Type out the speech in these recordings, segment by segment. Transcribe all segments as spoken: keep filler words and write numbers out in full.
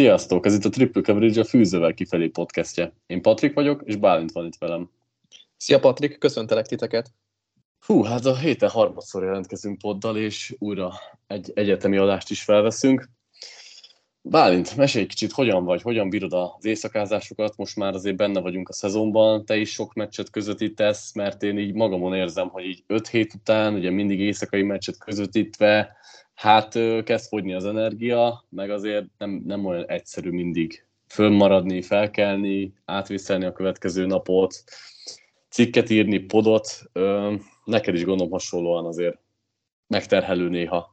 Sziasztok! Ez itt a Triple Coverage, a Fűzővel kifelé podcastje. Én Patrik vagyok, és Bálint van itt velem. Szia Patrik, köszöntelek titeket! Hú, hát a héten harmadszor jelentkezünk poddal, és újra egy egyetemi adást is felveszünk. Bálint, mesélj kicsit, hogyan vagy, hogyan bírod az éjszakázásokat? Most már azért benne vagyunk a szezonban, te is sok meccset közvetítesz, mert én így magamon érzem, hogy így öt hét után, ugye mindig éjszakai meccset közvetítve, hát kezd fogyni az energia, meg azért nem, nem olyan egyszerű mindig fönnmaradni, felkelni, átvészelni a következő napot, cikket írni, podot. Neked is gondolom hasonlóan azért megterhelő néha.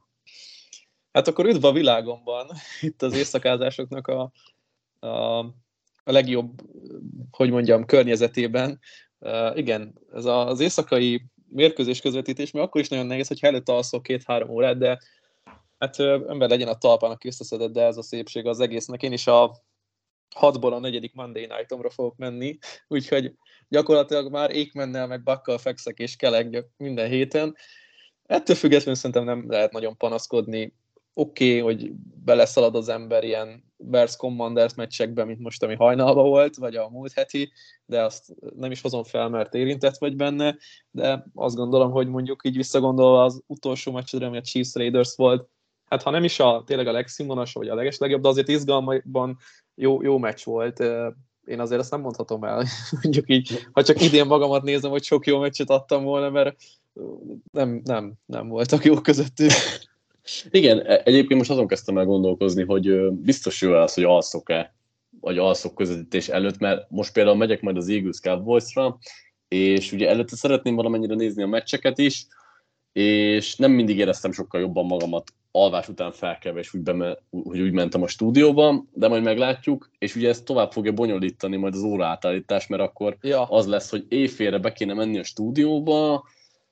Hát akkor üdv a világomban, itt az éjszakázásoknak a, a, a legjobb, hogy mondjam, környezetében. Uh, igen, ez az éjszakai mérkőzés közvetítés, mert akkor is nagyon nehéz, hogy előtte alszol két-három órát, de hát ember legyen a talpának összeszedett, de ez a szépség az egésznek. Én is a hatból a negyedik Monday Night-omra fogok menni, úgyhogy gyakorlatilag már Aikmannel meg Buckkal fekszek és kelek minden héten. Ettől függetlenül szerintem nem lehet nagyon panaszkodni. Oké, okay, hogy beleszalad az ember ilyen Bears Commanders meccsekbe, mint most, ami hajnalban volt, vagy a múlt heti, de azt nem is hozom fel, mert érintett vagy benne, de azt gondolom, hogy mondjuk így visszagondolva az utolsó meccsedre, ami a Chiefs Raiders volt, hát ha nem is a, tényleg a legszínvonalasabb, vagy a legeslegjobb, de azért izgalmaban jó, jó meccs volt. Én azért ezt nem mondhatom el, mondjuk így, ha csak idén magamat nézem, hogy sok jó meccset adtam volna, mert nem, nem, nem voltak jók közöttük. Igen, egyébként most azon kezdtem el gondolkozni, hogy biztos jó az, hogy alszok-e, vagy alszok közvetítés előtt, mert most például megyek majd az Eagles Cowboysra, és ugye előtte szeretném valamennyire nézni a meccseket is, és nem mindig éreztem sokkal jobban magamat alvás után felkelve, és úgy, beme, hogy úgy mentem a stúdióba, de majd meglátjuk, és ugye ezt tovább fogja bonyolítani majd az óra átállítás, mert akkor ja. az lesz, hogy éjfélre be kéne menni a stúdióba,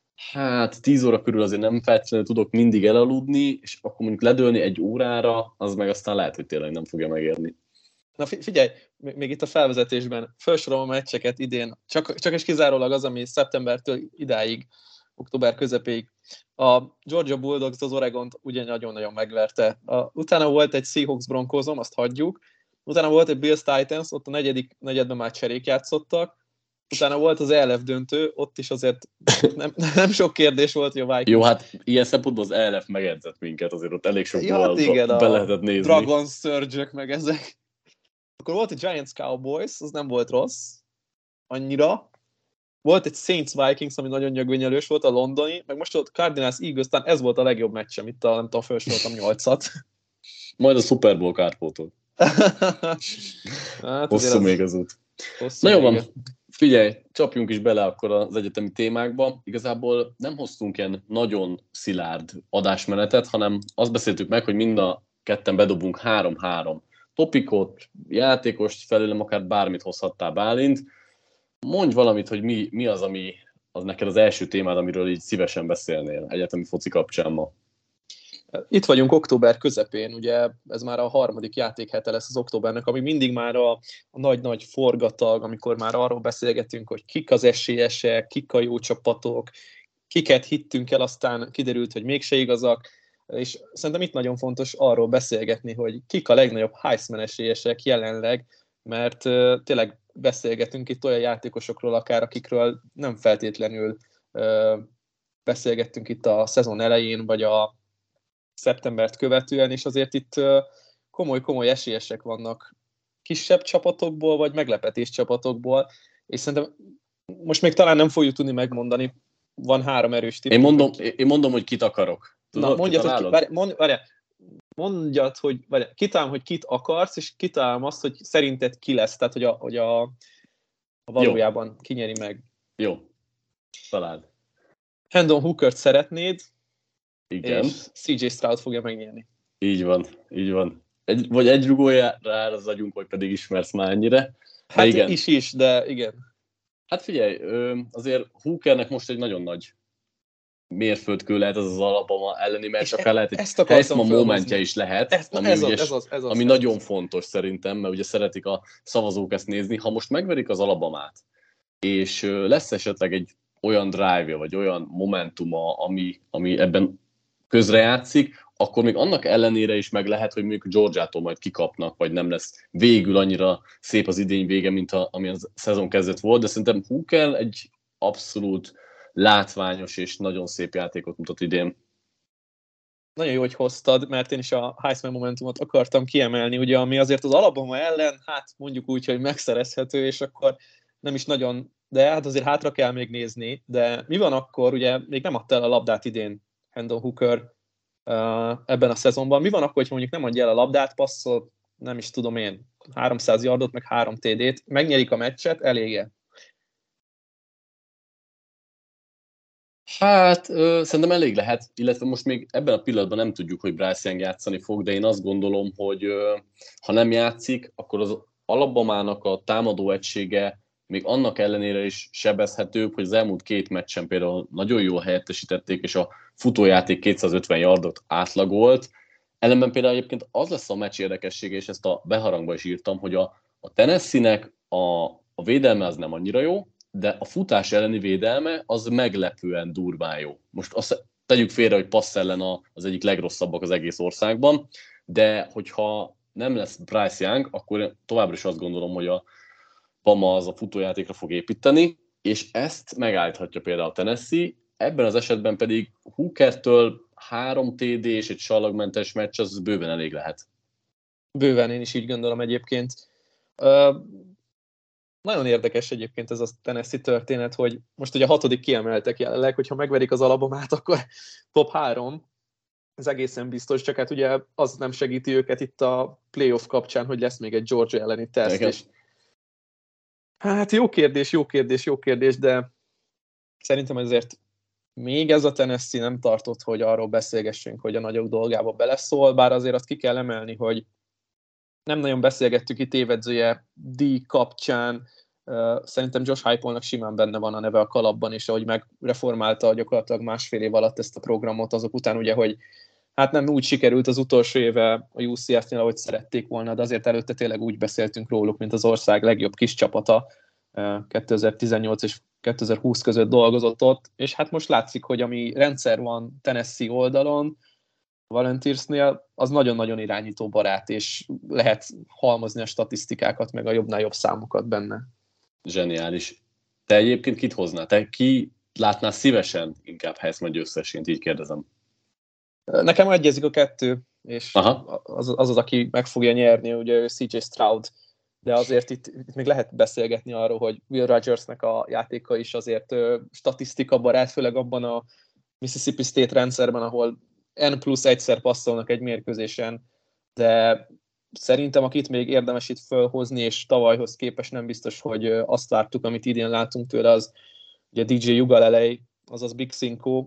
hát tíz óra körül azért nem feltétlenül tudok mindig elaludni, és akkor mondjuk ledőlni egy órára, az meg aztán lehet, hogy tényleg nem fogja megérni. Na figyelj, még itt a felvezetésben felsorolom a meccseket idén, csak, csak és kizárólag az, ami szeptembertől idáig, október közepéig. A Georgia Bulldogs az Oregont ugye nagyon-nagyon megverte. A, utána volt egy Seahawks Broncosom, azt hagyjuk. Utána volt egy Bills Titans, ott a negyedik negyedben már cserék játszottak. Utána volt az E L F döntő, ott is azért nem, nem sok kérdés volt, hogy a Vikings... Jó, hát ilyen szempontból az E L F megedzett minket, azért ott elég sok ja, hát igen, be lehetett nézni. Dragon Surge-ök meg ezek. Akkor volt egy Giants Cowboys, az nem volt rossz annyira. Volt egy Saints Vikings, ami nagyon nyögvényelős volt, a londoni, meg most volt Cardinals Eagles, aztán ez volt a legjobb meccsem, itt a, nem tudom, felsoroltam nyolcat. Majd a Super Bowl kárpótol. hát hosszú az... még az út. Hosszú Na jó van, figyelj, csapjunk is bele akkor az egyetemi témákba. Igazából nem hoztunk ilyen nagyon szilárd adásmenetet, hanem azt beszéltük meg, hogy mind a ketten bedobunk három-három topikot, játékost, felőlem akár bármit hozhattál, Bálint. Mondj valamit, hogy mi, mi az, ami az neked az első témád, amiről így szívesen beszélnél egyetemi foci kapcsán ma. Itt vagyunk október közepén, ugye ez már a harmadik játékhete lesz az októbernek, ami mindig már a, a nagy-nagy forgatag, amikor már arról beszélgetünk, hogy kik az esélyesek, kik a jó csapatok, kiket hittünk el, aztán kiderült, hogy mégse igazak, és szerintem itt nagyon fontos arról beszélgetni, hogy kik a legnagyobb Heisman esélyesek jelenleg, mert uh, tényleg beszélgetünk itt olyan játékosokról akár, akikről nem feltétlenül uh, beszélgettünk itt a szezon elején, vagy a szeptembert követően, és azért itt uh, komoly-komoly esélyesek vannak kisebb csapatokból, vagy meglepetés csapatokból, és szerintem most még talán nem fogjuk tudni megmondani, van három erős tipp. Én mondom, én mondom, hogy kit akarok. Tudod, Na, mondjad, hogy, ki, várj, mond, várj, mondjad, hogy várj, kitálom, hogy kit akarsz, és kitálom azt, hogy szerinted ki lesz, tehát hogy a, hogy a, a valójában Jó. kinyeri meg. Jó, találd. Hendon Hookert szeretnéd, Igen. és cé jé Stroud fogja megnyerni. Így van, így van. Egy, vagy egy rugójára az agyunk, vagy pedig ismersz már ennyire. Hát igen. is is, de igen. Hát figyelj, azért Hookernek most egy nagyon nagy mérföldkő lehet az az Alabama elleni, mert csak e- lehet egy Heisman momentje is lehet, ezt, ami, ez ugye, az, ez az, ez az, ami ez nagyon az. fontos szerintem, mert ugye szeretik a szavazók ezt nézni. Ha most megverik az Alabamát, és lesz esetleg egy olyan drive-ja, vagy olyan momentuma, ami, ami ebben közrejátszik, akkor még annak ellenére is meg lehet, hogy mondjuk Georgiától majd kikapnak, vagy nem lesz végül annyira szép az idény vége, mint a, ami a szezon kezdet volt, de szerintem Hooker egy abszolút látványos és nagyon szép játékot mutat idén. Nagyon jó, hogy hoztad, mert én is a Heisman momentumot akartam kiemelni, ugye, ami azért az Alabama ellen, hát mondjuk úgy, hogy megszerezhető, és akkor nem is nagyon, de hát azért hátra kell még nézni, de mi van akkor, ugye még nem adta el a labdát idén Hendon Hooker uh, ebben a szezonban, mi van akkor, hogy mondjuk nem adja el a labdát, passzol, nem is tudom én, háromszáz yardot, meg három té dét, megnyerik a meccset, elége? Hát ö, szerintem elég lehet, illetve most még ebben a pillanatban nem tudjuk, hogy Bryce Young játszani fog, de én azt gondolom, hogy ö, ha nem játszik, akkor az Alabamának a támadó egysége még annak ellenére is sebezhetőbb, hogy az elmúlt két meccsen például nagyon jól helyettesítették, és a futójáték kétszázötven yardot átlagolt. Ellenben például egyébként az lesz a meccs érdekessége, és ezt a beharangba is írtam, hogy a, a Tennessee-nek a, a védelme az nem annyira jó, de a futás elleni védelme az meglepően durván jó. Most azt tegyük félre, hogy passz ellen az egyik legrosszabbak az egész országban, de hogyha nem lesz Bryce Young, akkor továbbra is azt gondolom, hogy a Bama az a futójátékra fog építeni, és ezt megállíthatja például a Tennessee, ebben az esetben pedig Hookertől három té dé és egy sallagmentes meccs, az bőven elég lehet. Bőven, én is így gondolom egyébként. Uh, nagyon érdekes egyébként ez a Tennessee történet, hogy most ugye a hatodik kiemeltek jelenleg, hogyha megverik az Alabamát, akkor top három, ez egészen biztos, csak hát ugye az nem segíti őket itt a playoff kapcsán, hogy lesz még egy Georgia elleni teszt is. Hát jó kérdés, jó kérdés, jó kérdés, de szerintem ezért még ez a Tennessee nem tartott, hogy arról beszélgessünk, hogy a nagyok dolgába beleszól, bár azért azt ki kell emelni, hogy nem nagyon beszélgettük itt évedzője díj kapcsán, uh, szerintem Josh Heupelnek simán benne van a neve a kalapban, és ahogy megreformálta gyakorlatilag másfél év alatt ezt a programot, azok után ugye, hogy hát nem úgy sikerült az utolsó éve a U C F-nél, ahogy szerették volna, de azért előtte tényleg úgy beszéltünk róluk, mint az ország legjobb kis csapata, uh, kétezer-tizennyolc és kétezer-húsz között dolgozott ott, és hát most látszik, hogy ami rendszer van Tennessee oldalon, Volunteersnél, az nagyon-nagyon irányító barát, és lehet halmozni a statisztikákat, meg a jobbnál jobb számokat benne. Zseniális. Te egyébként kit hoznál? Te ki látnál szívesen inkább Heisman győztesként, így kérdezem. Nekem egyezik a kettő, és Aha. az, az az, aki meg fogja nyerni, ugye cé jé Stroud, de azért itt, itt még lehet beszélgetni arról, hogy Will Rogers-nek a játéka is azért ö, statisztika barát, főleg abban a Mississippi State rendszerben, ahol N plusz egyszer passzolnak egy mérkőzésen, de szerintem akit még érdemes itt fölhozni, és tavalyhoz képest nem biztos, hogy azt vártuk, amit idén látunk tőle, az ugye dé jé Ugalelei, azaz Big Cinco.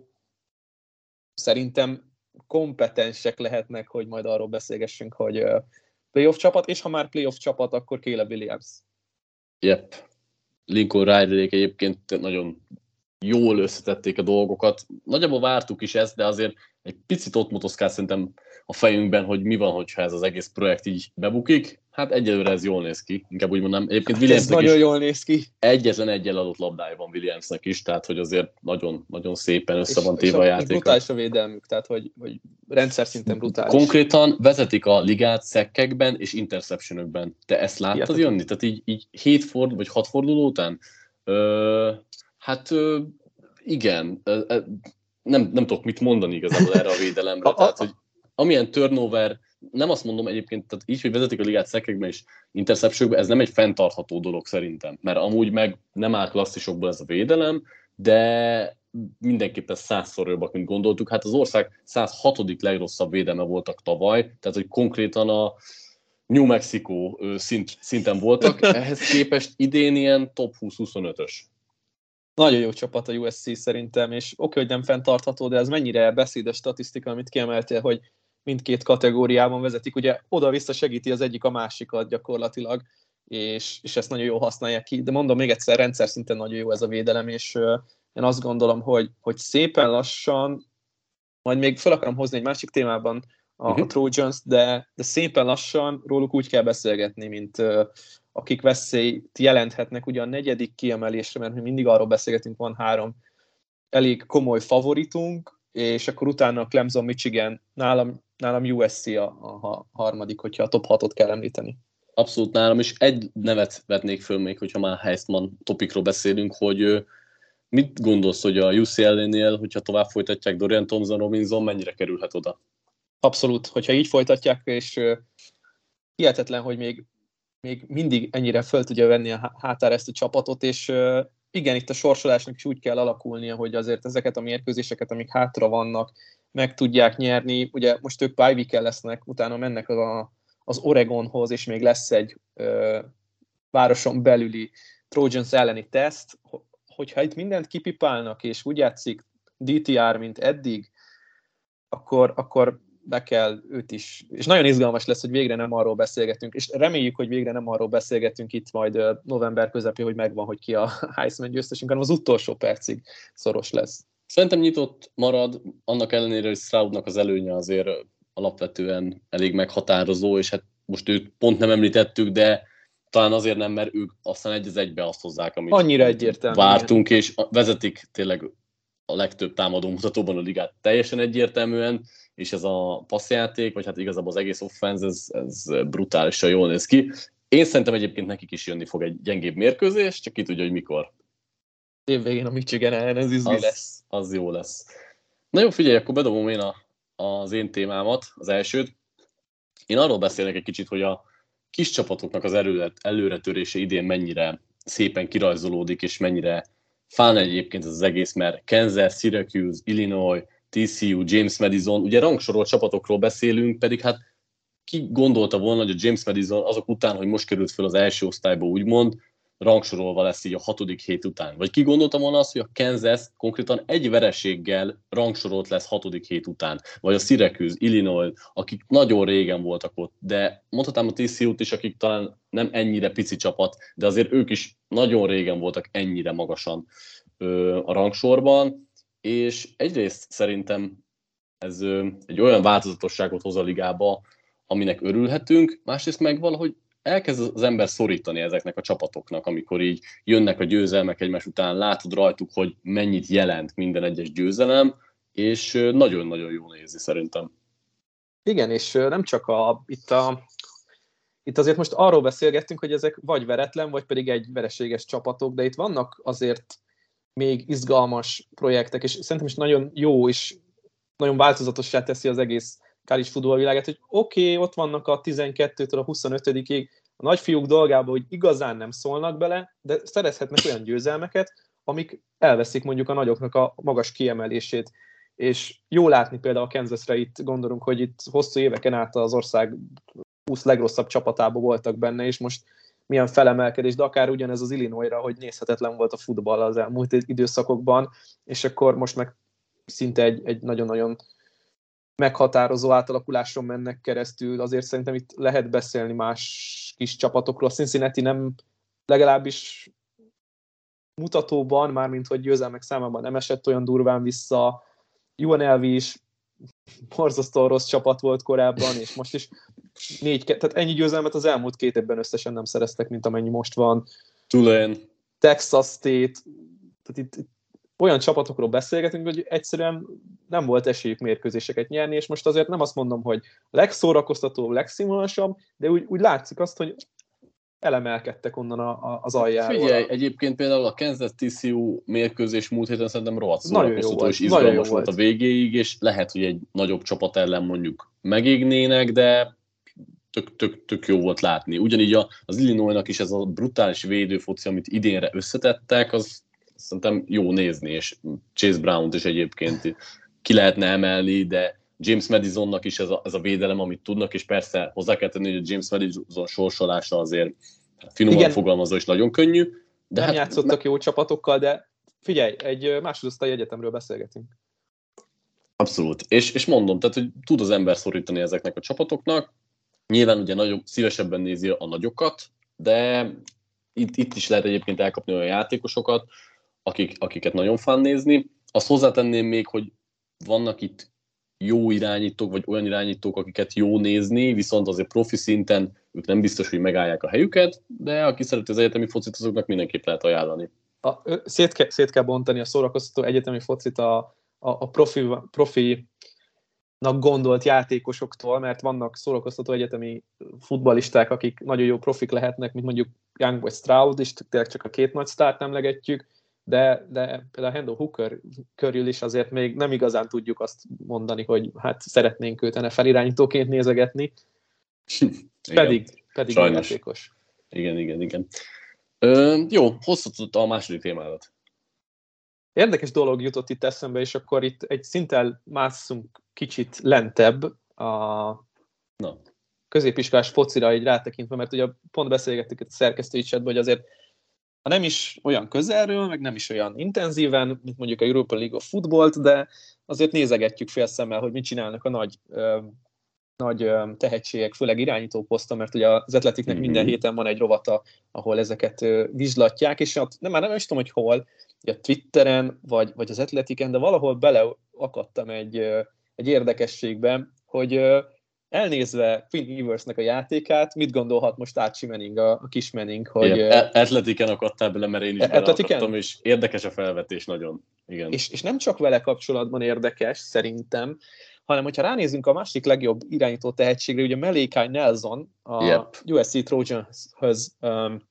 Szerintem kompetensek lehetnek, hogy majd arról beszélgessünk, hogy playoff csapat, és ha már playoff csapat, akkor Caleb Williams. Yep. Lincoln Riley egyébként nagyon jól összetették a dolgokat. Nagyjából vártuk is ezt, de azért egy picit ott motoszkál szerintem a fejünkben, hogy mi van, hogyha ez az egész projekt így bebukik. Hát egyelőre ez jól néz ki, inkább úgy mondom. Egyébként Williamsnek ez nagyon is jól néz ki. Egyetlen egyel adott labdája van Williamsnek is, tehát hogy azért nagyon, nagyon szépen össze van téve a játék. Brutális a védelmük, tehát hogy, hogy rendszer szinten brutális. Konkrétan vezetik a ligát szekkekben és interceptionökben. Te ezt láttad jönni? Tehát így, így hét forduló, vagy hat forduló után? Ö, hát ö, igen, ö, ö, nem, nem tudok mit mondani igazából erre a védelemre. a, tehát, hogy amilyen turnover, nem azt mondom egyébként, tehát így, hogy vezetik a ligát szekkekben és interceptionökben, ez nem egy fenntartható dolog szerintem, mert amúgy meg nem áll klasszisokból ez a védelem, de mindenképpen százszor jobbak, mint gondoltuk. Hát az ország száz hatodik legrosszabb védelme voltak tavaly, tehát hogy konkrétan a New Mexico szint, szinten voltak, ehhez képest idén ilyen top húsz-huszonötös. Nagyon jó csapat a U S C szerintem, és oké, hogy nem fenntartható, de ez mennyire beszédes statisztika, amit kiemeltél, hogy mindkét kategóriában vezetik. Ugye oda-vissza segíti az egyik a másikat gyakorlatilag, és, és ezt nagyon jól használják ki. De mondom még egyszer, rendszer szinten nagyon jó ez a védelem, és uh, én azt gondolom, hogy, hogy szépen lassan, majd még fel akarom hozni egy másik témában a, uh-huh. a Trojans, de, de szépen lassan róluk úgy kell beszélgetni, mint uh, akik veszélyt jelenthetnek ugye a negyedik kiemelésre, mert mi mindig arról beszélgetünk, van három elég komoly favoritunk, és akkor utána a Clemson, Michigan, nálam, nálam U S C a, a harmadik, hogyha a top hatot kell említeni. Abszolút nálam is. Egy nevet vetnék föl még, hogyha már Heisman topikról beszélünk, hogy mit gondolsz, hogy a U C L A-nél, hogyha tovább folytatják Dorian Thompson-Robinson, mennyire kerülhet oda? Abszolút, hogyha így folytatják, és hihetetlen, hogy még, még mindig ennyire föl tudja venni a hátára ezt a csapatot, és igen, itt a sorsolásnak is úgy kell alakulnia, hogy azért ezeket a mérkőzéseket, amik hátra vannak, meg tudják nyerni. Ugye most ők bye week-en lesznek, utána mennek a, az Oregonhoz, és még lesz egy ö, városon belüli Trojans elleni teszt. Hogyha itt mindent kipipálnak, és úgy játszik dé té er, mint eddig, akkor, akkor be kell őt is, és nagyon izgalmas lesz, hogy végre nem arról beszélgetünk, és reméljük, hogy végre nem arról beszélgetünk itt majd november közepén, hogy megvan, hogy ki a Heisman győztesünk, hanem az utolsó percig szoros lesz. Szerintem nyitott marad, annak ellenére, hogy Stroudnak az előnye azért alapvetően elég meghatározó, és hát most őt pont nem említettük, de talán azért nem, mert ők aztán egy az egybe azt hozzák, amit annyira egyértelmű, vártunk, igen. És vezetik tényleg a legtöbb támadó mutatóban a ligát teljesen egyértelműen, és ez a passzjáték, vagy hát igazából az egész offense, ez, ez brutálisan jól néz ki. Én szerintem egyébként nekik is jönni fog egy gyengébb mérkőzés, csak ki tudja, hogy mikor. Évvégén a Michigan ellen, ez izgi lesz. Az jó lesz. Na jó, figyelj, akkor bedobom én a, az én témámat, az elsőt. Én arról beszélek egy kicsit, hogy a kis csapatoknak az előre, előretörése idén mennyire szépen kirajzolódik, és mennyire fán egyébként ez az egész, mert Kansas, Syracuse, Illinois, té cé u, James Madison, ugye rangsorolt csapatokról beszélünk, pedig hát ki gondolta volna, hogy a James Madison azok után, hogy most került fel az első osztályba, úgymond, rangsorolva lesz így a hatodik hét után. Vagy ki gondolta volna azt, hogy a Kansas konkrétan egy vereséggel rangsorolt lesz hatodik hét után. Vagy a Syracuse, Illinois, akik nagyon régen voltak ott, de mondhatnám a té cé u-t is, akik talán nem ennyire pici csapat, de azért ők is nagyon régen voltak ennyire magasan ö, a rangsorban, és egyrészt szerintem ez ö, egy olyan változatosságot hoz a ligába, aminek örülhetünk, másrészt meg valahogy elkezd az ember szorítani ezeknek a csapatoknak, amikor így jönnek a győzelmek egymás után, látod rajtuk, hogy mennyit jelent minden egyes győzelem, és nagyon-nagyon jól nézi szerintem. Igen, és nem csak a, itt a itt azért most arról beszélgettünk, hogy ezek vagy veretlen, vagy pedig egy vereséges csapatok, de itt vannak azért még izgalmas projektek, és szerintem is nagyon jó, és nagyon változatossá teszi az egész college football világát, hogy oké, okay, ott vannak a tizenkettőtől a huszonötödikig a nagyfiúk dolgába, hogy igazán nem szólnak bele, de szerezhetnek olyan győzelmeket, amik elveszik mondjuk a nagyoknak a magas kiemelését. És jó látni például a Kansasre, itt gondolunk, hogy itt hosszú éveken át az ország húsz legrosszabb csapatába voltak benne, és most milyen felemelkedés, de akár ugyanez az Illinoisra, hogy nézhetetlen volt a futball az elmúlt időszakokban, és akkor most meg szinte egy, egy nagyon-nagyon meghatározó átalakuláson mennek keresztül. Azért szerintem itt lehet beszélni más kis csapatokról. A Cincinnati nem legalábbis mutatóban, mármint hogy győzelmek számában nem esett olyan durván vissza. u en el vé is borzasztó rossz csapat volt korábban, és most is négy, tehát ennyi győzelmet az elmúlt két évben összesen nem szereztek, mint amennyi most van. Tulane. Texas State, tehát itt, itt olyan csapatokról beszélgetünk, hogy egyszerűen nem volt esélyük mérkőzéseket nyerni, és most azért nem azt mondom, hogy legszórakoztatóbb, legszínvonalasabb, de úgy, úgy látszik azt, hogy elemelkedtek onnan a, a, az aljáról. Figyelj, egyébként például a Kansas té cé u mérkőzés múlt héten szerintem rohadt szórakoztató és izgalmas volt a végéig, és lehet, hogy egy nagyobb csapat ellen mondjuk megégnének, de tök, tök, tök jó volt látni. Ugyanígy az Illinoisnak is ez a brutális védőfoci, amit idénre összetettek, az szerintem jó nézni, és Chase Brown-t is egyébként ki lehetne emelni, de James Madisonnak is ez a, ez a védelem, amit tudnak, és persze hozzá kell tenni, hogy a James Madison sorsolása azért finoman igen, fogalmazva is nagyon könnyű. De nem hát, játszottak me- jó csapatokkal, de figyelj, egy másodosztályi egyetemről beszélgetünk. Abszolút. És, és mondom, tehát, hogy tud az ember szorítani ezeknek a csapatoknak. Nyilván ugye nagyobb, szívesebben nézi a nagyokat, de itt, itt is lehet egyébként elkapni olyan játékosokat, akik, akiket nagyon fán nézni. Azt hozzátenném még, hogy vannak itt jó irányítók, vagy olyan irányítók, akiket jó nézni, viszont azért profi szinten ők nem biztos, hogy megállják a helyüket, de aki szereti az egyetemi focit, azoknak mindenképp lehet ajánlani. A, szét, ke, szét kell bontani a szórakoztató egyetemi focit a, a profi, profinak gondolt játékosoktól, mert vannak szórakoztató egyetemi futballisták, akik nagyon jó profik lehetnek, mint mondjuk Young vagy Stroud, és tényleg csak a két nagy sztárt emlegetjük, de, de például Hendon Hooker körül is azért még nem igazán tudjuk azt mondani, hogy hát szeretnénk őt en ef el irányítóként nézegetni, pedig, pedig a játékos. Igen, igen, igen. Ö, jó, hosszú a második témádat. Érdekes dolog jutott itt eszembe, és akkor itt egy szinten másszunk kicsit lentebb a Na. középiskolás focira így rátekintve, mert ugye pont beszélgettük itt a szerkesztői chatban, hogy azért ha nem is olyan közelről, meg nem is olyan intenzíven, mint mondjuk a Europa League of Footballt, de azért nézegetjük félszemmel, hogy mit csinálnak a nagy, ö, nagy ö, tehetségek, főleg irányító poszton, mert ugye az Atleticnek mm-hmm. minden héten van egy rovata, ahol ezeket ö, vizslatják, és ott, nem, már nem is tudom, hogy hol, a Twitteren, vagy, vagy az Atletiken, de valahol beleakadtam egy, ö, egy érdekességbe, hogy ö, elnézve Quinn Ewersnek a játékát, mit gondolhat most Archie Manning, a, a kis Manning, hogy... Igen, Atletiken akadtál bele, mert én is beleakadtam, és érdekes a felvetés nagyon. Igen. És, és nem csak vele kapcsolatban érdekes, szerintem, hanem hogyha ránézünk a másik legjobb irányító tehetségre, ugye Malachi Nelson a yep. u es cé Trojans-höz um,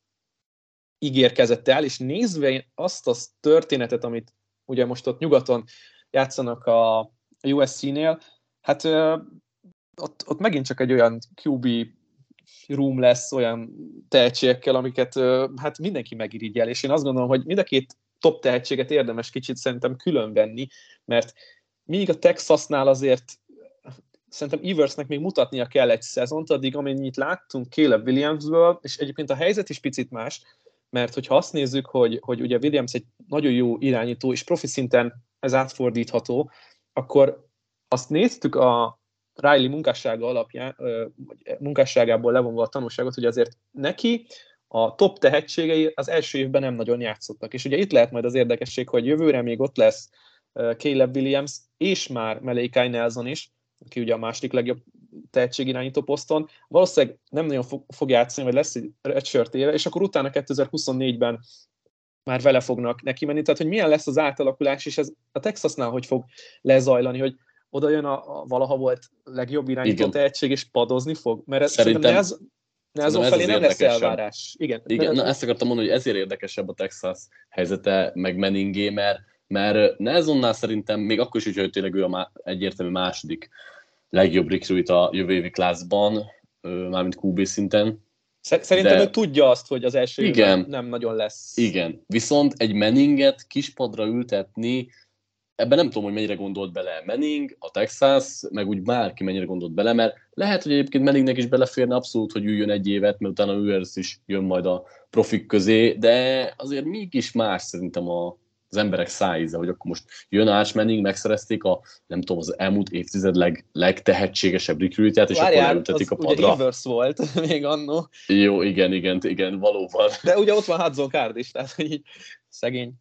ígérkezett el, és nézve azt a történetet, amit ugye most ott nyugaton játszanak a, a u es cé-nél, hát uh, ott, ott megint csak egy olyan kú bé room lesz, olyan tehetségekkel, amiket uh, hát mindenki megirigyel, és én azt gondolom, hogy mind a két top tehetséget érdemes kicsit szerintem különvenni, mert míg a Texasnál azért szerintem Eversnek még mutatnia kell egy szezont, addig amennyit láttunk Caleb Williamsből, és egyébként a helyzet is picit más, mert hogyha azt nézzük, hogy, hogy ugye Williams egy nagyon jó irányító, és profi szinten ez átfordítható, akkor azt néztük a Riley munkássága alapján, munkásságából levonva a tanulságot, hogy azért neki a top tehetségei az első évben nem nagyon játszottak. És ugye itt lehet majd az érdekesség, hogy jövőre még ott lesz Caleb Williams, és már Malachi Nelson is, aki ugye a második legjobb tehetségirányító poszton, valószínűleg nem nagyon fog, fog játszani, vagy lesz egy redshirt éve, és akkor utána kétezer-huszonnégyben már vele fognak neki menni. Tehát, hogy milyen lesz az átalakulás, és ez a Texasnál hogy fog lezajlani, hogy oda jön a, a valaha volt legjobb irányító Igen. tehetség, és padozni fog? Mert szerintem ez Nelson felé nem lesz elvárás. Igen, Igen. Na, ezt akartam mondani, hogy ezért érdekesebb a Texas helyzete, meg Manningé, mert, mert Nelsonnál szerintem még akkor is, hogy tényleg ő a má, egyértelmű második legjobb recruit a jövő évi klászban, mármint kú bé szinten. Szerintem de... ő tudja azt, hogy az első évben nem nagyon lesz. Igen, viszont egy Manninget kispadra ültetni, ebben nem tudom, hogy mennyire gondolt bele Manning, a Texas, meg úgy bárki mennyire gondolt bele, mert lehet, hogy egyébként Manningnek is beleférne abszolút, hogy üljön egy évet, mert utána Ewers is jön majd a profik közé, de azért mégis más szerintem a, az emberek szájíze, hogy akkor most jön Arch Manning, megszerezték a, nem tudom, az elmúlt évtized leg, legtehetségesebb recruitját, és Várjál, akkor leültetik a padra. Ugye Ewers volt még annó. Jó, igen, igen, igen, valóban. De ugye ott van Hudson Card is, tehát hogy így szegény.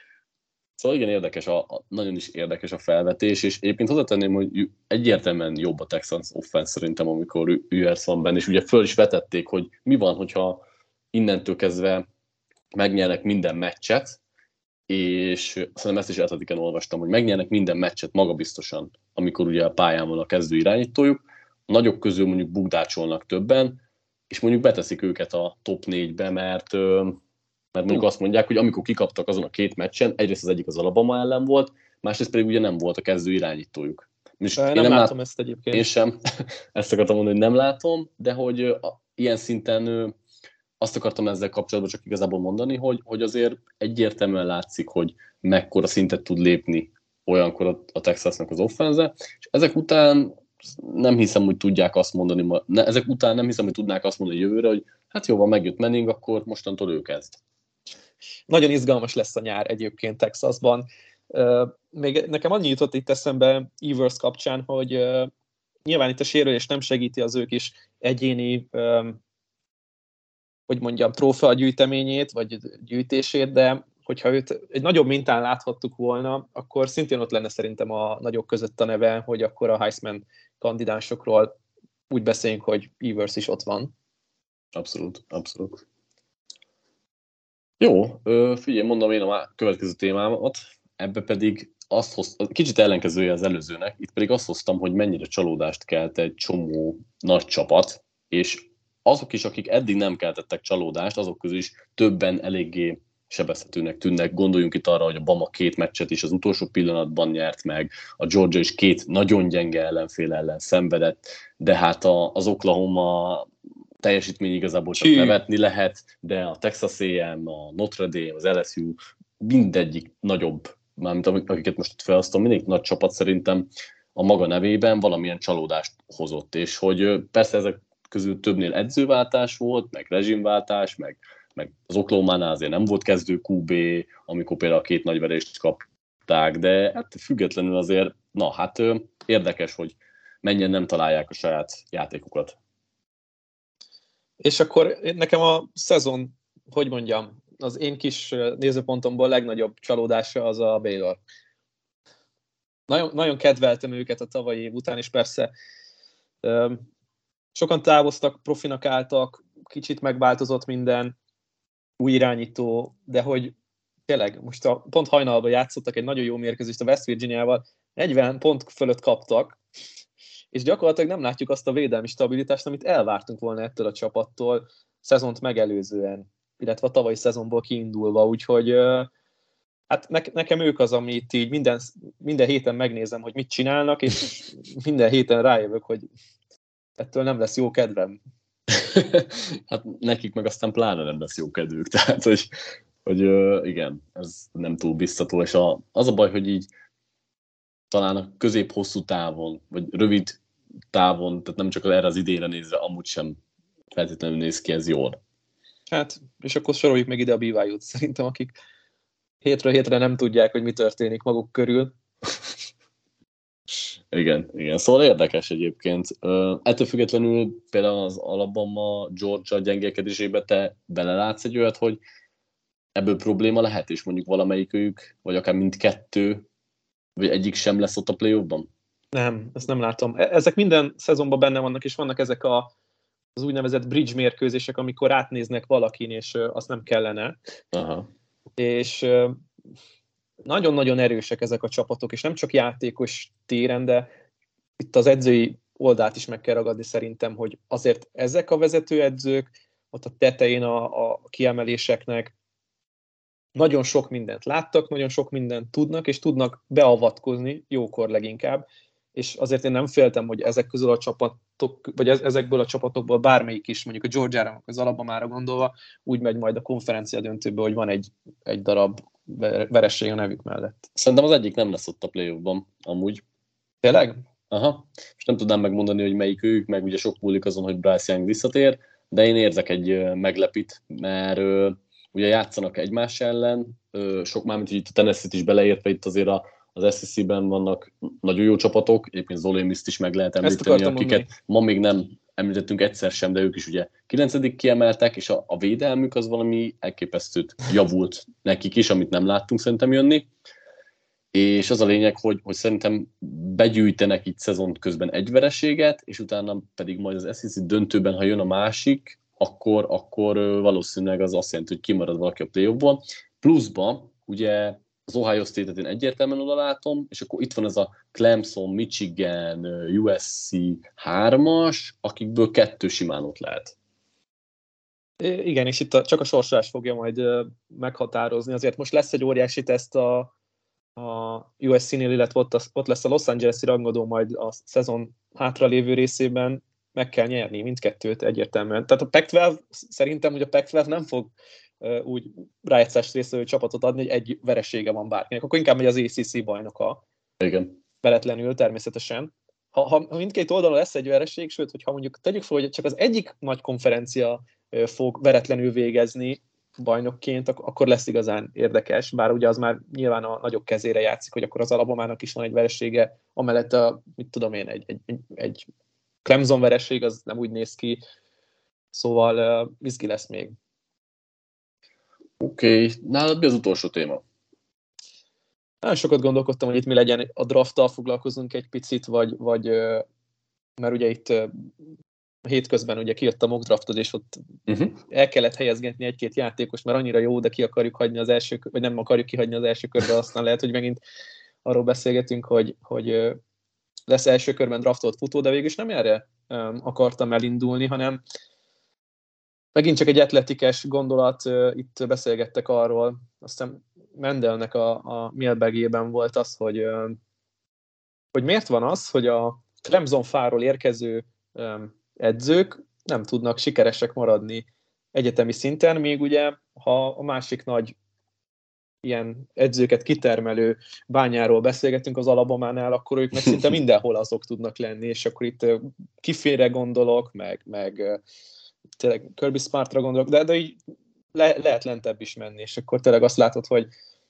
Szóval igen, érdekes, a, a, nagyon is érdekes a felvetés, és egyébként hozzátenném, hogy egyértelműen jobb a Texans offense szerintem, amikor Ewers van benne, és ugye föl is vetették, hogy mi van, hogyha innentől kezdve megnyernek minden meccset, és szerintem ezt is Atletiken olvastam, hogy megnyernek minden meccset magabiztosan, amikor ugye a pályán van a kezdő irányítójuk, a nagyok közül mondjuk bukdácsolnak többen, és mondjuk beteszik őket a top négybe, mert mert mondjuk azt mondják, hogy amikor kikaptak azon a két meccsen, egyrészt az egyik az Alabama ellen volt, másrészt pedig ugye nem volt a kezdő irányítójuk. Most nem, én nem látom lát... ezt egyébként. Én sem. Ezt akartam mondani, hogy nem látom, de hogy a, ilyen szinten azt akartam ezzel kapcsolatban csak igazából mondani, hogy, hogy azért egyértelműen látszik, hogy mekkora szintet tud lépni olyankor a, a Texasnak az offense, és ezek után nem hiszem, hogy tudják azt mondani, ne, ezek után nem hiszem, hogy tudnák azt mondani jövőre, hogy hát jó, van, megjött Manning, akkor mostantól ő kezd. Nagyon izgalmas lesz a nyár egyébként Texasban. Uh, még nekem annyi jutott itt eszembe Ewers kapcsán, hogy uh, nyilván itt a sérülés nem segíti az ők is egyéni, um, hogy mondjam, trófea gyűjteményét, vagy gyűjtését, de hogyha őt egy nagyobb mintán láthattuk volna, akkor szintén ott lenne szerintem a nagyok között a neve, hogy akkor a Heisman kandidánsokról úgy beszéljünk, hogy Ewers is ott van. Abszolút, abszolút. Jó, figyelj, mondom én a következő témámat, ebbe pedig azt hoz, kicsit ellenkezője az előzőnek, itt pedig azt hoztam, hogy mennyire csalódást kelt egy csomó nagy csapat, és azok is, akik eddig nem keltettek csalódást, azok közül is többen eléggé sebezhetőnek tűnnek. Gondoljunk itt arra, hogy a Bama két meccset is az utolsó pillanatban nyert meg, a Georgia is két nagyon gyenge ellenfél ellen szenvedett, de hát a, az Oklahoma teljesítmény igazából csak Csí. nevetni lehet, de a Texas á és em, a Notre Dame, az el es u, mindegyik nagyobb, mármint akiket most itt felhoztam, mindegyik nagy csapat szerintem a maga nevében valamilyen csalódást hozott, és hogy persze ezek közül többnél edzőváltás volt, meg rezsimváltás, meg, meg az Oklahománál azért nem volt kezdő kú bé, amikor például a két nagy verést kapták, de hát függetlenül azért, na hát érdekes, hogy mennyien nem találják a saját játékukat. És akkor nekem a szezon, hogy mondjam, az én kis nézőpontomból legnagyobb csalódása az a Baylor. Nagyon, nagyon kedveltem őket a tavalyi év után, és persze sokan távoztak, profinak álltak, kicsit megváltozott minden, új irányító, de hogy tényleg, most a, pont hajnalban játszottak egy nagyon jó mérkőzést a West Virginiával, negyven pont fölött kaptak, és gyakorlatilag nem látjuk azt a védelmi stabilitást, amit elvártunk volna ettől a csapattól szezont megelőzően, illetve a tavalyi szezonból kiindulva, úgyhogy hát ne, nekem ők az, amit így minden, minden héten megnézem, hogy mit csinálnak, és minden héten rájövök, hogy ettől nem lesz jó kedvem. Hát nekik meg aztán pláne nem lesz jó kedvük, tehát hogy, hogy igen, ez nem túl biztató, és a, az a baj, hogy így talán a közép-hosszú távon, vagy rövid távon, tehát nem csak erre az idénre nézve, amúgy sem feltétlenül néz ki ez jól. Hát, és akkor soroljuk meg ide a bé vé u-t szerintem, akik hétről hétre nem tudják, hogy mi történik maguk körül. Igen, igen. Szóval érdekes egyébként. Uh, ettől függetlenül például az Alabama, Georgia gyengélkedésébe te belelátsz egy olyat, hogy ebből probléma lehet, és mondjuk valamelyikük, vagy akár mindkettő, vagy egyik sem lesz ott a play-offban? Nem, ezt nem látom. Ezek minden szezonban benne vannak, és vannak ezek a, az úgynevezett bridge mérkőzések, amikor átnéznek valakin, és azt nem kellene. Aha. És nagyon-nagyon erősek ezek a csapatok, és nem csak játékos téren, de itt az edzői oldalt is meg kell ragadni szerintem, hogy azért ezek a vezetőedzők ott a tetején a, a kiemeléseknek nagyon sok mindent láttak, nagyon sok mindent tudnak, és tudnak beavatkozni, jókor leginkább, és azért én nem féltem, hogy ezek közül a csapatok, vagy ezekből a csapatokból bármelyik is, mondjuk a Georgia-ra, az Alabamára gondolva, úgy megy majd a konferencia döntőbe, hogy van egy, egy darab veresség a nevük mellett. Szerintem az egyik nem lesz ott a play-offban, amúgy. Tényleg? Aha. Most nem tudnám megmondani, hogy melyik ők, meg ugye sok múlik azon, hogy Bryce Young visszatér, de én érzek egy meglepit, mert ugye játszanak egymás ellen, sok már, mint hogy itt a Tennessee-t is beleértve, itt azért a, az es e cé-ben vannak nagyon jó csapatok, éppen Zolémiszt is meg lehet említeni, akiket mondani. Ma még nem említettünk egyszer sem, de ők is ugye kilencedik kiemeltek, és a, a védelmük az valami elképesztőt javult nekik is, amit nem láttunk szerintem jönni. És az a lényeg, hogy, hogy szerintem begyűjtenek itt szezon közben egy vereséget, és utána pedig majd az es e cé döntőben, ha jön a másik, akkor, akkor valószínűleg az azt jelenti, hogy kimarad valaki a play-offból. Pluszban, ugye az Ohio State-et én egyértelműen oda látom, és akkor itt van ez a Clemson, Michigan, u es cé hármas, akikből kettő simán ott lehet. Igen, és itt a, csak a sorsolás fogja majd uh, meghatározni. Azért most lesz egy óriási teszt a, a u es cé-nél, illetve ott, az, ott lesz a Los Angeles-i rangadó majd a szezon hátralévő részében, meg kell nyerni mindkettőt egyértelműen. Tehát a Pac tizenkettő, szerintem ugye a Pac tizenkettő nem fog uh, úgy rájegyszás részvevő csapatot adni, hogy egy veresége van bárkinek. Akkor inkább megy az á cé cé bajnoka. Igen. Veletlenül természetesen. Ha, ha, ha mindkét oldalon lesz egy vereség, sőt, hogyha mondjuk tegyük fel, hogy csak az egyik nagy konferencia uh, fog veretlenül végezni bajnokként, ak- akkor lesz igazán érdekes, bár ugye az már nyilván a nagyok kezére játszik, hogy akkor az Alabamának is van egy veresége, amellett a, mit tudom én, egy, egy, egy, egy Clemson vereség, az nem úgy néz ki, szóval uh, izgi lesz még. Oké, okay. Nálad mi az utolsó téma? Nagyon sokat gondolkodtam, hogy itt mi legyen, a drafttal foglalkozunk egy picit, vagy, vagy uh, mert ugye itt uh, hétközben ugye kijött a mock draftod, és ott uh-huh. el kellett helyezgetni egy-két játékos, mert annyira jó, de ki akarjuk hagyni az első, vagy nem akarjuk kihagyni az első körbe, aztán lehet, hogy megint arról beszélgetünk, hogy, hogy lesz első körben draftolt futó, de végül is nem erre akartam elindulni, hanem megint csak egy atletikes gondolat, itt beszélgettek arról, aztán Mendelnek a, a mailbagében volt az, hogy, hogy miért van az, hogy a Clemson fáról érkező edzők nem tudnak sikeresek maradni egyetemi szinten, még ugye, ha a másik nagy ilyen edzőket kitermelő bányáról beszélgetünk az Alabamánál, akkor ők meg szinte mindenhol azok tudnak lenni, és akkor itt kifére gondolok, meg, meg tényleg Kirby Smartra gondolok, de, de így le, lehet lentebb is menni, és akkor tényleg azt látod, hogy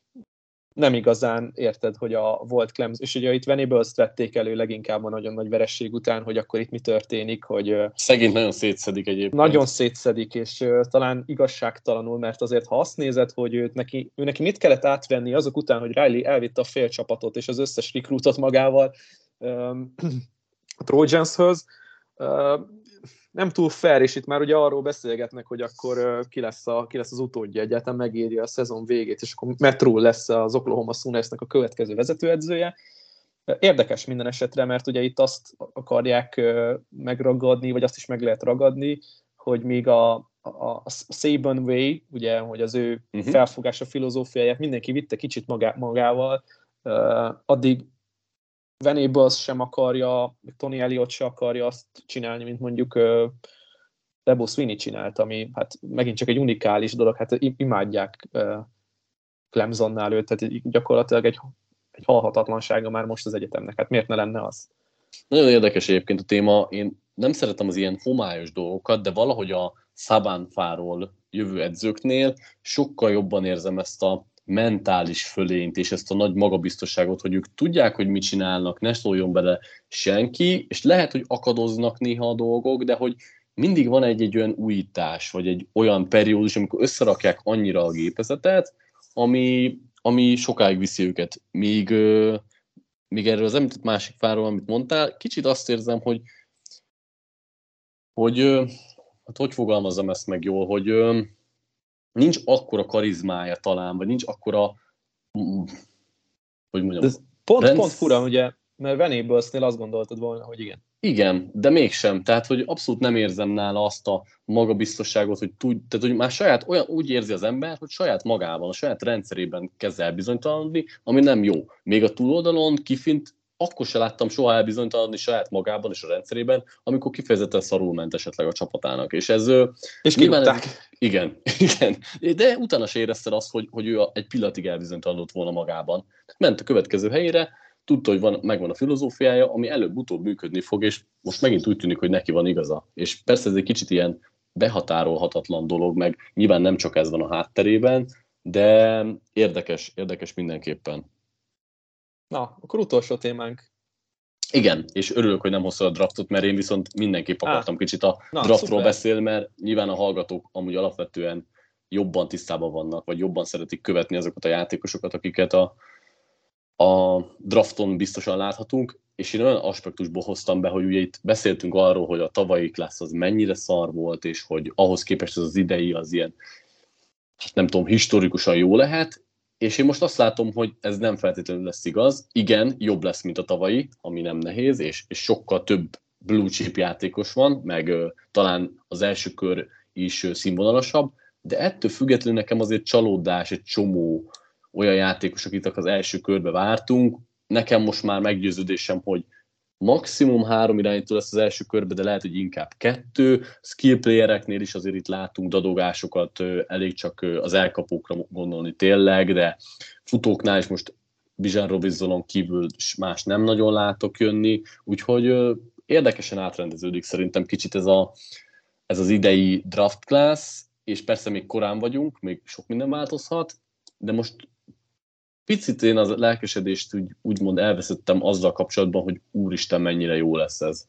nem igazán érted, hogy a volt Clemson, és ugye itt Venables-t vették elő leginkább a nagyon nagy veresség után, hogy akkor itt mi történik, hogy... Szegényt nagyon szétszedik egyébként. Nagyon szétszedik, és uh, talán igazságtalanul, mert azért, ha azt nézed, hogy őt neki, ő neki mit kellett átvenni azok után, hogy Riley elvitte a fél csapatot és az összes recruitot magával um, a Trojanshöz, uh, nem túl fair, és itt már ugye arról beszélgetnek, hogy akkor uh, ki, lesz a, ki lesz az utódja, egyáltalán megírja a szezon végét, és akkor Matt Rhule lesz az Oklahoma Soonersnek a következő vezetőedzője. Érdekes minden esetre, mert ugye itt azt akarják uh, megragadni, vagy azt is meg lehet ragadni, hogy még a, a, a Saban Way, ugye, hogy az ő uh-huh. felfogása, filozófiáját mindenki vitte kicsit magá, magával, uh, addig Venables sem akarja, Tony Elliott sem akarja azt csinálni, mint mondjuk uh, Dabo Swinney csinált, ami hát megint csak egy unikális dolog, hát imádják uh, Clemsonnál őt, tehát gyakorlatilag egy, egy halhatatlansága már most az egyetemnek, hát miért ne lenne az? Nagyon érdekes egyébként a téma, én nem szeretem az ilyen homályos dolgokat, de valahogy a Saban-fáról jövő edzőknél sokkal jobban érzem ezt a mentális fölényt, és ezt a nagy magabiztosságot, hogy ők tudják, hogy mit csinálnak, ne szóljon bele senki, és lehet, hogy akadoznak néha a dolgok, de hogy mindig van egy-egy olyan újítás, vagy egy olyan periódus, amikor összerakják annyira a gépezetet, ami, ami sokáig viszi őket. Míg, míg erről az említett másik fáról, amit mondtál, kicsit azt érzem, hogy hogy, hát hogy fogalmazzam ezt meg jól, hogy nincs akkora karizmája talán, vagy nincs akkora, hogy mondjam... Pont, rendsz... pont fura, ugye, mert Venablesnél azt gondoltad volna, hogy igen. Igen, de mégsem. Tehát, hogy abszolút nem érzem nála azt a magabiztosságot, hogy, tud, tehát, hogy már saját, olyan, úgy érzi az ember, hogy saját magában, a saját rendszerében kezd elbizonytalanodni, ami nem jó. Még a túloldalon, kifint, akkor se láttam soha elbizonytalanodni saját magában és a rendszerében, amikor kifejezetten szarul ment esetleg a csapatának. És ez... És kirúgták. Igen, igen. De utána se érezted azt, hogy, hogy ő egy pillanatig elbizonytalanodott volna magában. Ment a következő helyére, tudta, hogy van, megvan a filozófiája, ami előbb-utóbb működni fog, és most megint úgy tűnik, hogy neki van igaza. És persze ez egy kicsit ilyen behatárolhatatlan dolog, meg nyilván nem csak ez van a hátterében, de érdekes, érdekes mindenképpen. Na, akkor utolsó témánk. Igen, és örülök, hogy nem hoztad a draftot, mert én viszont mindenképp akartam Á, kicsit a na, draftról szuper. beszélni, mert nyilván a hallgatók amúgy alapvetően jobban tisztában vannak, vagy jobban szeretik követni azokat a játékosokat, akiket a, a drafton biztosan láthatunk, és én olyan aspektusból hoztam be, hogy ugye itt beszéltünk arról, hogy a tavalyi klassz az mennyire szar volt, és hogy ahhoz képest az, az idei az ilyen, nem tudom, historikusan jó lehet, és én most azt látom, hogy ez nem feltétlenül lesz igaz. Igen, jobb lesz, mint a tavalyi, ami nem nehéz, és, és sokkal több blue chip játékos van, meg uh, talán az első kör is uh, színvonalasabb, de ettől függetlenül nekem azért csalódás, egy csomó olyan játékos, akit az első körbe vártunk. Nekem most már meggyőződésem, hogy maximum három irányító lesz az első körbe, de lehet, hogy inkább kettő. Skill playereknél is azért itt látunk dadogásokat, elég csak az elkapókra gondolni tényleg, de futóknál is most Bijan Robinsonon kívül más nem nagyon látok jönni, úgyhogy érdekesen átrendeződik szerintem kicsit ez, a, ez az idei draft class, és persze még korán vagyunk, még sok minden változhat, de most picit én az lelkesedést úgy, úgymond elveszettem azzal kapcsolatban, hogy úristen, mennyire jó lesz ez.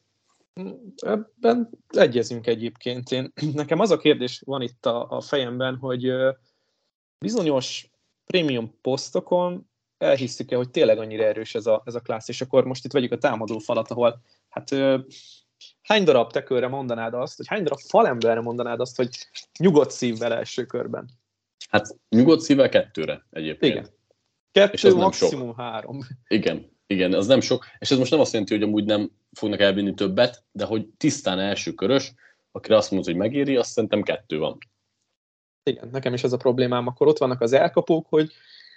Ebben egyezünk egyébként. Én, nekem az a kérdés van itt a, a fejemben, hogy bizonyos prémium posztokon elhiszük-e, hogy tényleg annyira erős ez a, ez a klassz, és akkor most itt vegyük a támadó falat, ahol hát hány darab tekőre mondanád azt, hogy hány darab falemberre mondanád azt, hogy nyugodt szívvel első körben? Hát nyugodt szívvel kettőre egyébként. Igen. Kettő, maximum sok. három. Igen, igen, az nem sok. És ez most nem azt jelenti, hogy amúgy nem fognak elvinni többet, de hogy tisztán első körös, akire azt mondod, hogy megéri, azt szerintem kettő van. Igen, nekem is ez a problémám. Akkor ott vannak az elkapók, hogy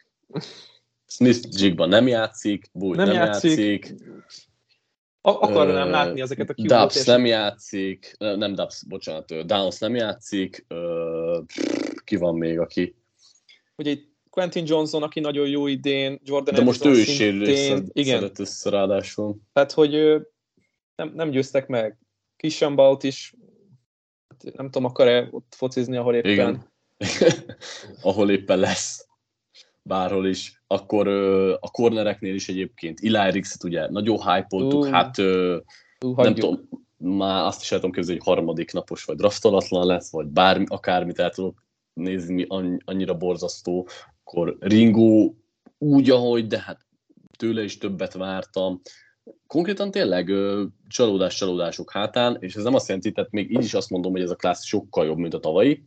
Smith-Jigba nem játszik, Boyd nem, nem játszik. játszik. Akarnám uh, látni ezeket a Q-bot. Dubs és... nem játszik, nem Dubs, bocsánat, Downs nem játszik. Uh, ki van még, aki... Ugye itt Quentin Johnson, aki nagyon jó idén, Jordan de most ő is sérülés szedett össze ráadásul. Tehát, hogy nem, nem győztek meg. Kishambaut is, nem tudom, akar-e ott focizni, ahol éppen... Igen. ahol éppen lesz. Bárhol is. Akkor a cornereknél is egyébként Eli Rixet ugye nagyon hype-oltuk, uh, hát uh, uh, nem tudom, már azt is el tudom képzelni, hogy harmadik napos vagy draftolatlan lesz, vagy bármi, akármit el tudok nézni, annyira borzasztó. Akkor Ringo úgy, ahogy, de hát tőle is többet vártam. Konkrétan tényleg csalódás-csalódások hátán, és ez nem azt jelenti, tehát még így is azt mondom, hogy ez a klassz sokkal jobb, mint a tavalyi,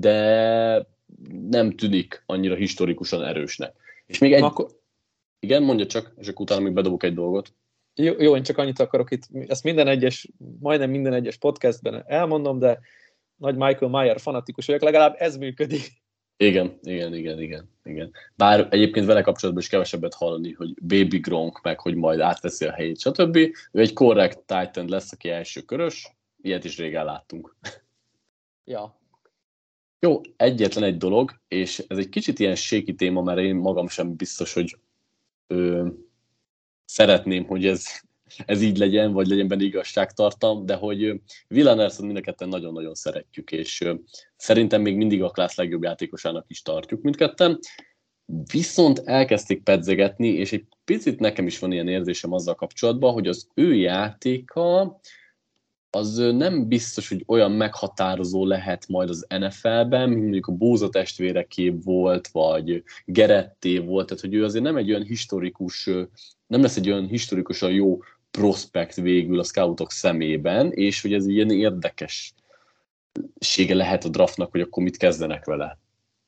de nem tűnik annyira historikusan erősnek. És még egy... Akkor... Igen, mondja csak, és akkor utána még bedobok egy dolgot. Jó, jó, én csak annyit akarok itt, ezt minden egyes, majdnem minden egyes podcastben elmondom, de nagy Michael Mayer fanatikus vagyok, legalább ez működik. Igen, igen, igen, igen, igen. Bár egyébként vele kapcsolatban is kevesebbet hallani, hogy Baby Gronk, meg hogy majd átveszi a helyét, stb. Ő egy korrekt Titan lesz, aki első körös, ilyet is régen láttunk. Ja. Jó, egyetlen egy dolog, és ez egy kicsit ilyen shaky téma, mert én magam sem biztos, hogy ö, szeretném, hogy ez, ez így legyen, vagy legyen benne igazságtartam, de hogy Will Anderson mind a ketten nagyon-nagyon szeretjük, és ö, szerintem még mindig a klassz legjobb játékosának is tartjuk mindketten. Viszont elkezdték pedzegetni, és egy picit nekem is van ilyen érzésem azzal kapcsolatban, hogy az ő játéka az nem biztos, hogy olyan meghatározó lehet majd az en ef el-ben, mint mondjuk a Bóza testvéreké volt, vagy Geretté volt, tehát hogy ő azért nem egy olyan historikus, nem lesz egy olyan historikusan jó prospekt végül a scoutok szemében, és hogy ez ilyen érdekessége lehet a draftnak, hogy akkor mit kezdenek vele.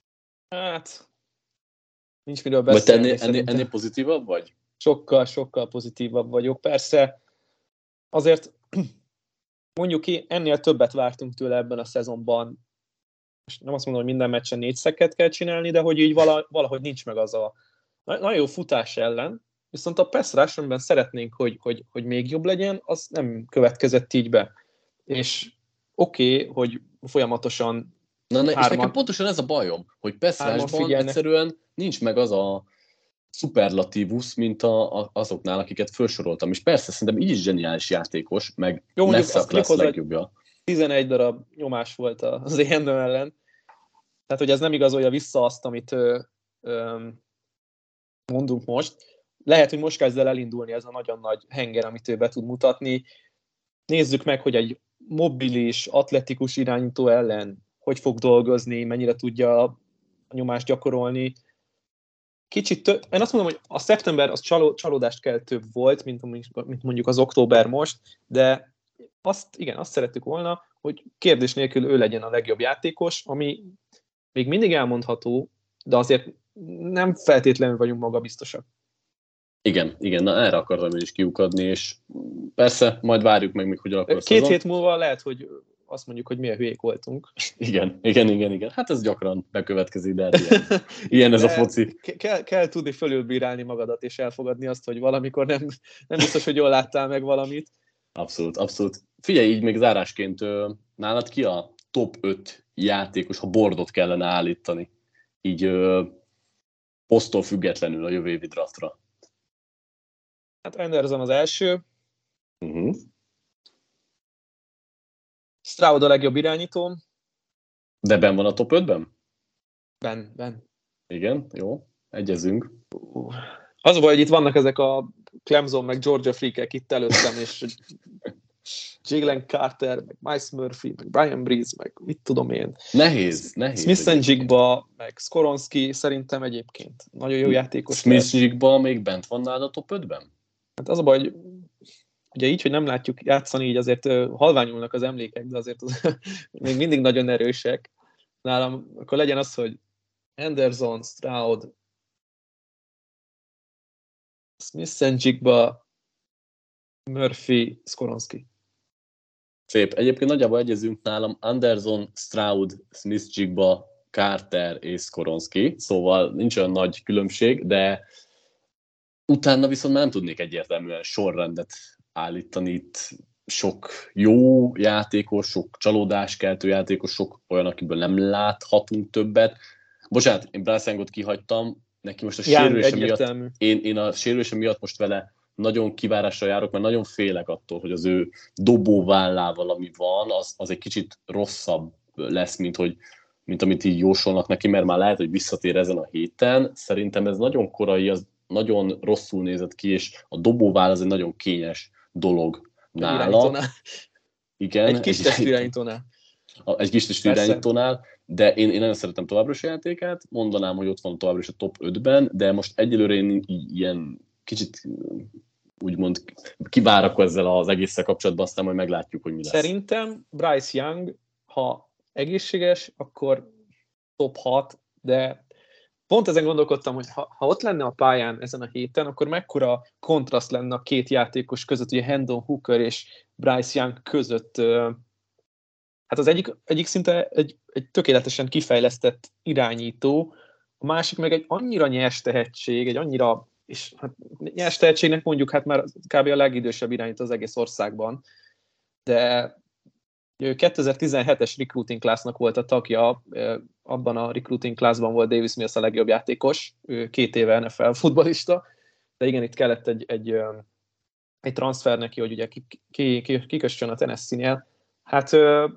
Hát, nincs miről beszélni. Vagy te ennél, ennél, ennél pozitívabb vagy? Sokkal, sokkal pozitívabb vagyok. Persze, azért mondjuk ki, ennél többet vártunk tőle ebben a szezonban. Most nem azt mondom, hogy minden meccsen négy szekket kell csinálni, de hogy így valahogy nincs meg az a nagyon jó futás ellen, viszont a pass rush, amiben szeretnénk, hogy, hogy, hogy még jobb legyen, az nem következett így be. És oké, okay, hogy folyamatosan Na, na, és nekem pontosan ez a bajom, hogy pass rushban egyszerűen nincs meg az a szuperlatívus, mint a, a, azoknál, akiket felsoroltam. És persze, szerintem így is zseniális játékos, meg jó, messze a klassz legjobbja. tizenegy darab nyomás volt az Andon ellen. Tehát, hogy ez nem igazolja vissza azt, amit ö, ö, mondunk most. Lehet, hogy most kezd el elindulni ez a nagyon nagy henger, amit ő be tud mutatni. Nézzük meg, hogy egy mobilis, atletikus irányító ellen hogy fog dolgozni, mennyire tudja a nyomást gyakorolni. Kicsit több, én azt mondom, hogy a szeptember az csaló, csalódást keltőbb volt, mint, mint mondjuk az október most, de azt, igen, azt szerettük volna, hogy kérdés nélkül ő legyen a legjobb játékos, ami még mindig elmondható, de azért nem feltétlenül vagyunk magabiztosak. Igen, igen, na erre akartam én is kiukadni, és persze, majd várjuk meg, még hogy alakul a Két szezon. Hét múlva lehet, hogy azt mondjuk, hogy milyen hülyék voltunk. Igen, igen, igen, igen. Hát ez gyakran bekövetkezik, de hát ilyen, ilyen ez de a foci. Kell, kell tudni fölülbírálni magadat, és elfogadni azt, hogy valamikor nem, nem biztos, hogy jól láttál meg valamit. Abszolút, abszolút. Figyelj, így még zárásként nálad ki a top öt játékos, ha bordot kellene állítani, így poszttól függetlenül a jövő évi draftra? Hát Anderson az első. Uh-huh. Stroud a legjobb irányító. De benn van a top ötben? Ben, ben. Igen, jó, egyezünk. Uh, az a baj, hogy itt vannak ezek a Clemson meg Georgia freakek itt előttem, és Jalen Carter, meg Miles Murphy, meg Brian Breeze, meg mit tudom én. Nehéz, nehéz. Smith-Jigba, meg Skoronski szerintem egyébként. Nagyon jó játékos. Smith-Jigba még bent van nálad a top ötben? Hát az a baj, hogy ugye így, hogy nem látjuk játszani, így azért uh, halványulnak az emlékek, de azért az, még mindig nagyon erősek. Nálam akkor legyen az, hogy Anderson, Stroud, Smith-Njigba, Murphy, Skoronski. Szép. Egyébként nagyjából egyezünk nálam Anderson, Stroud, Smith-Njigba, Carter és Skoronski, szóval nincs olyan nagy különbség, de utána viszont már nem tudnék egyértelműen sorrendet állítani. Itt sok jó játékos, sok csalódáskeltő játékos, sok olyan, akiből nem láthatunk többet. Bocsánat, én Bryce Youngot kihagytam, neki most a sérülése miatt, én, én a sérülése miatt most vele nagyon kivárásra járok, mert nagyon félek attól, hogy az ő dobóvállával, ami van, az, az egy kicsit rosszabb lesz, mint, hogy, mint amit így jósolnak neki, mert már lehet, hogy visszatér ezen a héten. Szerintem ez nagyon korai, az nagyon rosszul nézett ki, és a dobóváll az egy nagyon kényes dolog nála. Igen, egy kis testvirányítónál. Egy kis testvirányítónál, de én, én nagyon szeretem továbbra is a játékát, mondanám, hogy ott van továbbra is a top ötben, de most egyelőre én ilyen kicsit úgymond kivárak ezzel az egésszel kapcsolatban, aztán majd meglátjuk, hogy mi lesz. Szerintem Bryce Young, ha egészséges, akkor top hat, de pont ezen gondolkodtam, hogy ha, ha ott lenne a pályán ezen a héten, akkor mekkora kontraszt lenne a két játékos között, ugye Hendon Hooker és Bryce Young között. Hát az egyik, egyik szinte egy, egy tökéletesen kifejlesztett irányító, a másik meg egy annyira nyers tehetség, egy annyira, és hát nyers tehetségnek mondjuk hát már kb. A legidősebb irányító az egész országban, de kétezer-tizenhetes recruiting classnak volt a tagja, abban a recruiting classban volt Davis Mills a legjobb játékos, ő két éve en ef el futballista, de igen, itt kellett egy, egy, egy transfer neki, hogy ugye kikössön a Tennessee-nél. Hát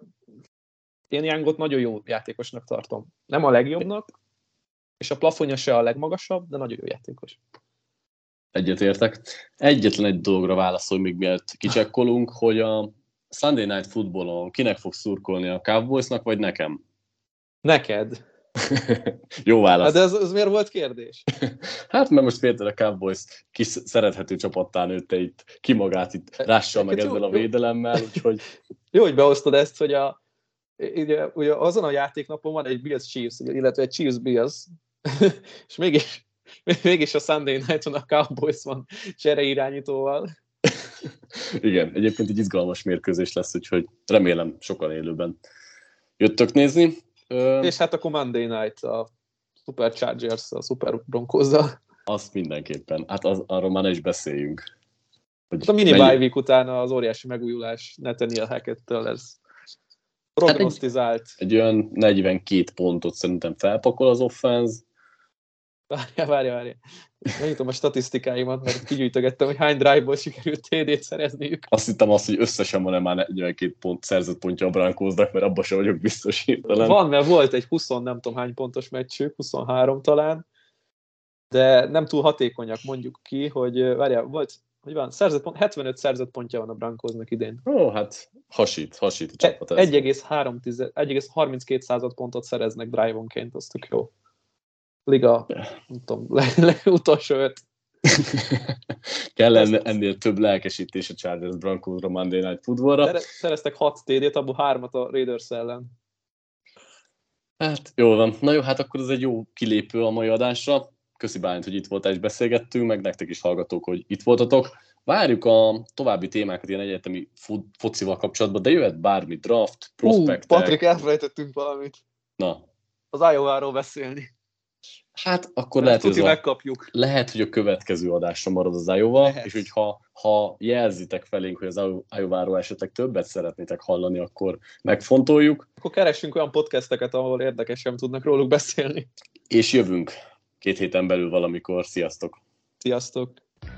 én Youngot nagyon jó játékosnak tartom. Nem a legjobbnak, és a plafonja se a legmagasabb, de nagyon jó játékos. Egyetértek. Egyetlen egy dologra válaszolj még mielőtt kicsekkolunk, hogy a Sunday Night Footballon kinek fog szurkolni, a Cowboysnak, vagy nekem? Neked. Jó válasz. Hát de ez, ez miért volt kérdés? Hát mert most például a Cowboys kis szerethető csapattá nőtte itt ki magát, itt rással meg ezzel a védelemmel, úgyhogy... Jó, hogy beosztod ezt, hogy a, ugye, ugye azon a játéknapon van egy Bills Chiefs, illetve egy Chiefs Bills, és mégis, mégis a Sunday Night-on a Cowboys van csereirányítóval. Igen, egyébként egy izgalmas mérkőzés lesz, úgyhogy remélem sokan élőben jöttök nézni. És hát a Monday Night, a Super Chargers, a Super Broncos-zal. Azt mindenképpen. Hát az, arról már ne is beszéljünk. Hát a mini bye week után az óriási megújulás Nathaniel Hackett-től ez prognosztizált. Hát egy, egy olyan negyvenkét pontot szerintem felpakol az offense. Várjál, várjál, várjál. Megnyitom a statisztikáimat, mert kigyűjtögettem, hogy hány drive-ból sikerült té dét szerezniük. Azt hittem azt, hogy összesen van-e már negyvenkét pont szerzett pontja a Broncosnak, mert abban sem vagyok biztos hirtelen. Van, mert volt egy húsz nem tudom hány pontos meccsük, huszonhárom talán, de nem túl hatékonyak, mondjuk ki, hogy várjál, volt, hogy van, szerzett pont, hetvenöt szerzett pontja van a Broncosnak idén. Ó, hát hasít, hasít a csapat. egy egész harminckét század pontot szereznek drive-onként, az tök jó. Liga, nem tudom, utolsó öt. Kell ennél több lelkesítés a Chargers Broncosra Monday Night Footballra. Szereztek hat té dét, abból hármat a Raiders ellen. Hát jól van. Na jó, hát akkor ez egy jó kilépő a mai adásra. Köszi Bálint, hogy itt voltál és beszélgettünk, meg nektek is hallgatók, hogy itt voltatok. Várjuk a további témákat ilyen egyetemi focival kapcsolatban, de jöhet bármi, draft, prospektek. Hú, Patrik, elfelejtettünk valamit. Na. Az Iowa-ról beszélni. Hát akkor lehet, hogy, a, lehet, hogy a következő adásra marad az Iowa, lehet. És hogyha ha jelzitek felénk, hogy az Iowa-ról esetleg többet szeretnétek hallani, akkor megfontoljuk. Akkor keressünk olyan podcasteket, ahol érdekesen tudnak róluk beszélni. És jövünk két héten belül valamikor. Sziasztok! Sziasztok!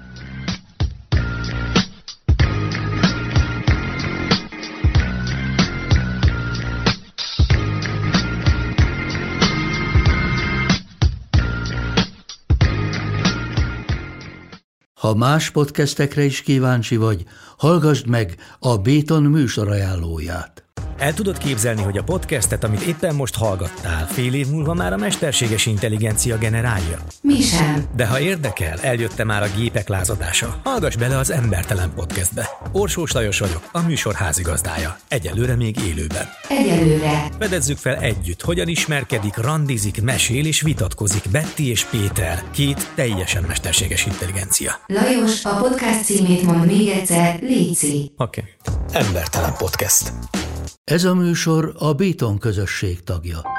Ha más podcastekre is kíváncsi vagy, hallgassd meg a Béton műsor ajánlóját. El tudod képzelni, hogy a podcastet, amit éppen most hallgattál, fél év múlva már a mesterséges intelligencia generálja? Mi sem. De ha érdekel, eljött már a gépek lázadása. Hallgass bele az Embertelen Podcastbe. Orsós Lajos vagyok, a műsor házigazdája. Egyelőre még élőben. Egyelőre. Fedezzük fel együtt, hogyan ismerkedik, randizik, mesél és vitatkozik Betty és Péter, két teljesen mesterséges intelligencia. Lajos, a podcast címét mond még egyszer, léci. Oké. Okay. Embertelen Podcast. Ez a műsor a Béton közösség tagja.